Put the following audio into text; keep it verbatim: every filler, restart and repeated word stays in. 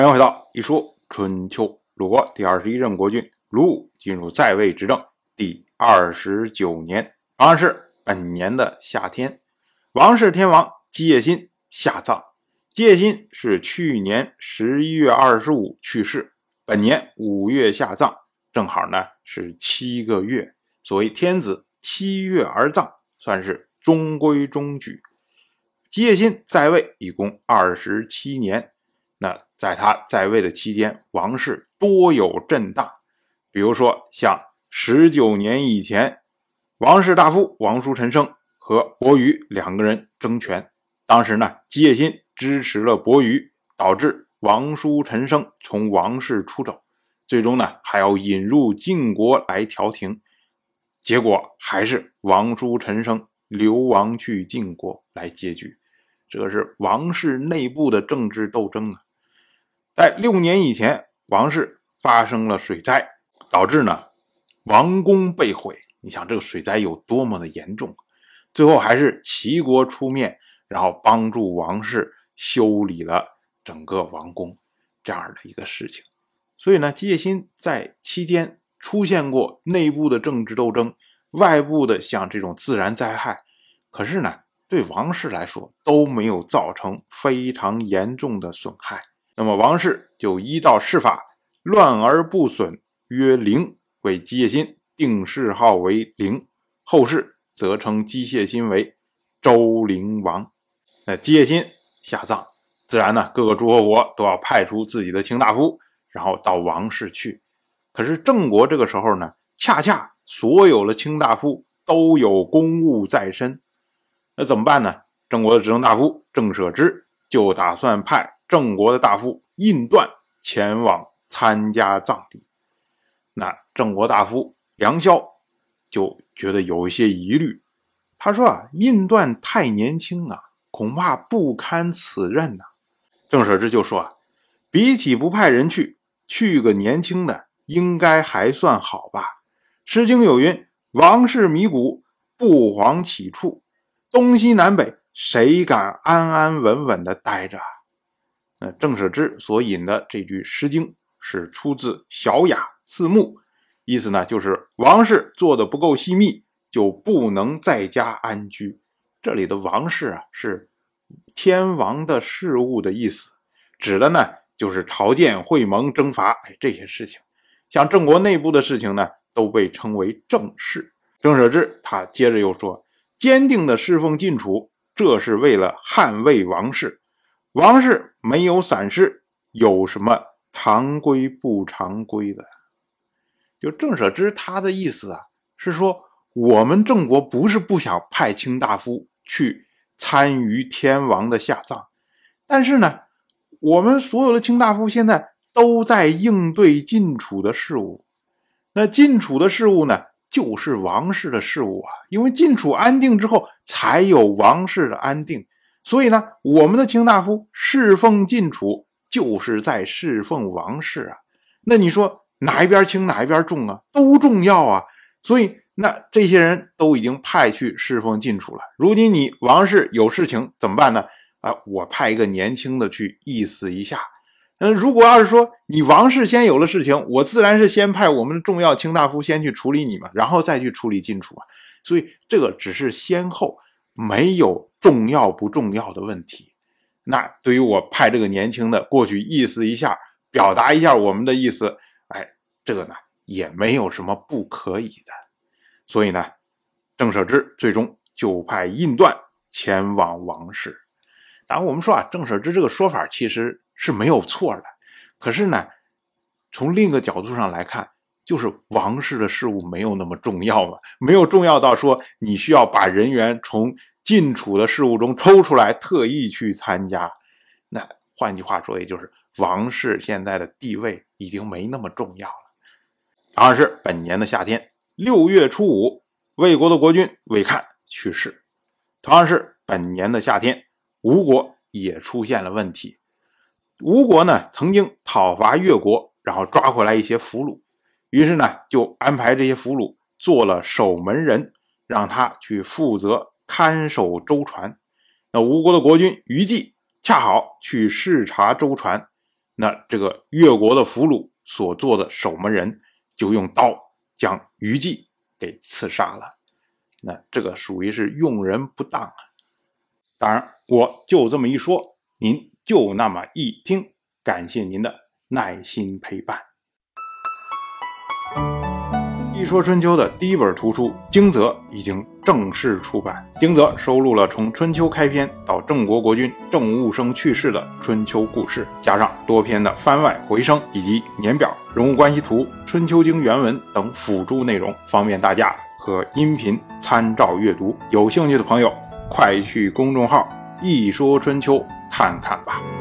欢迎回到一说春秋。鲁国第二十一任国君鲁武进入在位执政第二十九年，王是本年的夏天，王室天王基业辛下葬。基业辛是去年十一月二十五去世，本年五月下葬，正好呢是七个月。所谓天子七月而葬，算是中规中矩。基业辛在位一共二十七年，那在他在位的期间，王室多有震荡。比如说像十九年以前，王室大夫王叔陈生和伯鱼两个人争权，当时呢基业辛支持了伯鱼，导致王叔陈生从王室出走，最终呢还要引入晋国来调停，结果还是王叔陈生流亡去晋国来接局。这是王室内部的政治斗争啊。在六年以前，王室发生了水灾，导致呢王宫被毁。你想这个水灾有多么的严重，最后还是齐国出面，然后帮助王室修理了整个王宫，这样的一个事情。所以呢基业辛在期间出现过内部的政治斗争，外部的像这种自然灾害，可是呢对王室来说都没有造成非常严重的损害。那么王室就依照世法，乱而不损曰陵，为基业辛定谥号为陵，后世则称基业辛为周陵王。那基业辛下葬，自然呢各个诸侯国都要派出自己的卿大夫，然后到王室去。可是郑国这个时候呢，恰恰所有的卿大夫都有公务在身，那怎么办呢？郑国的执政大夫郑舍之就打算派郑国的大夫印段前往参加葬礼。那郑国大夫梁萧就觉得有一些疑虑，他说啊，印段太年轻啊，恐怕不堪此任啊。郑舍之就说啊，比起不派人去，去个年轻的应该还算好吧。诗经有云，王室迷谷，不遑起处，东西南北谁敢安安稳稳的待着啊？那郑舍之所引的这句诗经是出自小雅四目，意思呢就是王室做的不够细密，就不能在家安居。这里的王室啊是天王的事务的意思，指的呢就是朝见、会盟、征伐，哎，这些事情。像郑国内部的事情呢都被称为政事。郑舍之他接着又说，坚定的侍奉晋楚，这是为了捍卫王室。王室没有散失，有什么常规不常规的？就郑舍之他的意思啊，是说我们郑国不是不想派卿大夫去参与天王的下葬，但是呢我们所有的卿大夫现在都在应对晋楚的事务。那晋楚的事务呢就是王室的事务啊，因为晋楚安定之后才有王室的安定，所以呢我们的卿大夫侍奉晋楚就是在侍奉王室啊。那你说哪一边轻哪一边重啊？都重要啊。所以那这些人都已经派去侍奉晋楚了，如今你王室有事情怎么办呢？啊，我派一个年轻的去意思一下。嗯，如果要是说你王室先有了事情，我自然是先派我们的重要卿大夫先去处理你嘛，然后再去处理晋楚啊。所以这个只是先后，没有重要不重要的问题。那对于我派这个年轻的过去意思一下，表达一下我们的意思，哎，这个呢也没有什么不可以的。所以呢郑舍之最终就派印段前往王室。当然我们说啊，郑舍之这个说法其实是没有错的，可是呢从另一个角度上来看，就是王室的事务没有那么重要嘛，没有重要到说你需要把人员从晋楚的事务中抽出来特意去参加。那换句话说，也就是王室现在的地位已经没那么重要了。同样是本年的夏天，六月初五，魏国的国君魏看去世。同样是本年的夏天，吴国也出现了问题。吴国呢曾经讨伐越国，然后抓回来一些俘虏，于是呢就安排这些俘虏做了守门人，让他去负责看守舟船。那吴国的国君于季恰好去视察舟船， 那这个越国的俘虏所做的守门人就用刀将于季给刺杀了。那这个属于是用人不当啊。当然我就这么一说，您就那么一听，感谢您的耐心陪伴。一说春秋的第一本图书《惊泽》已经正式出版。《惊泽》收录了从春秋开篇到郑国国君郑务生去世的春秋故事，加上多篇的番外回声以及年表、人物关系图、春秋经原文等辅助内容，方便大家和音频参照阅读。有兴趣的朋友快去公众号一说春秋看看吧。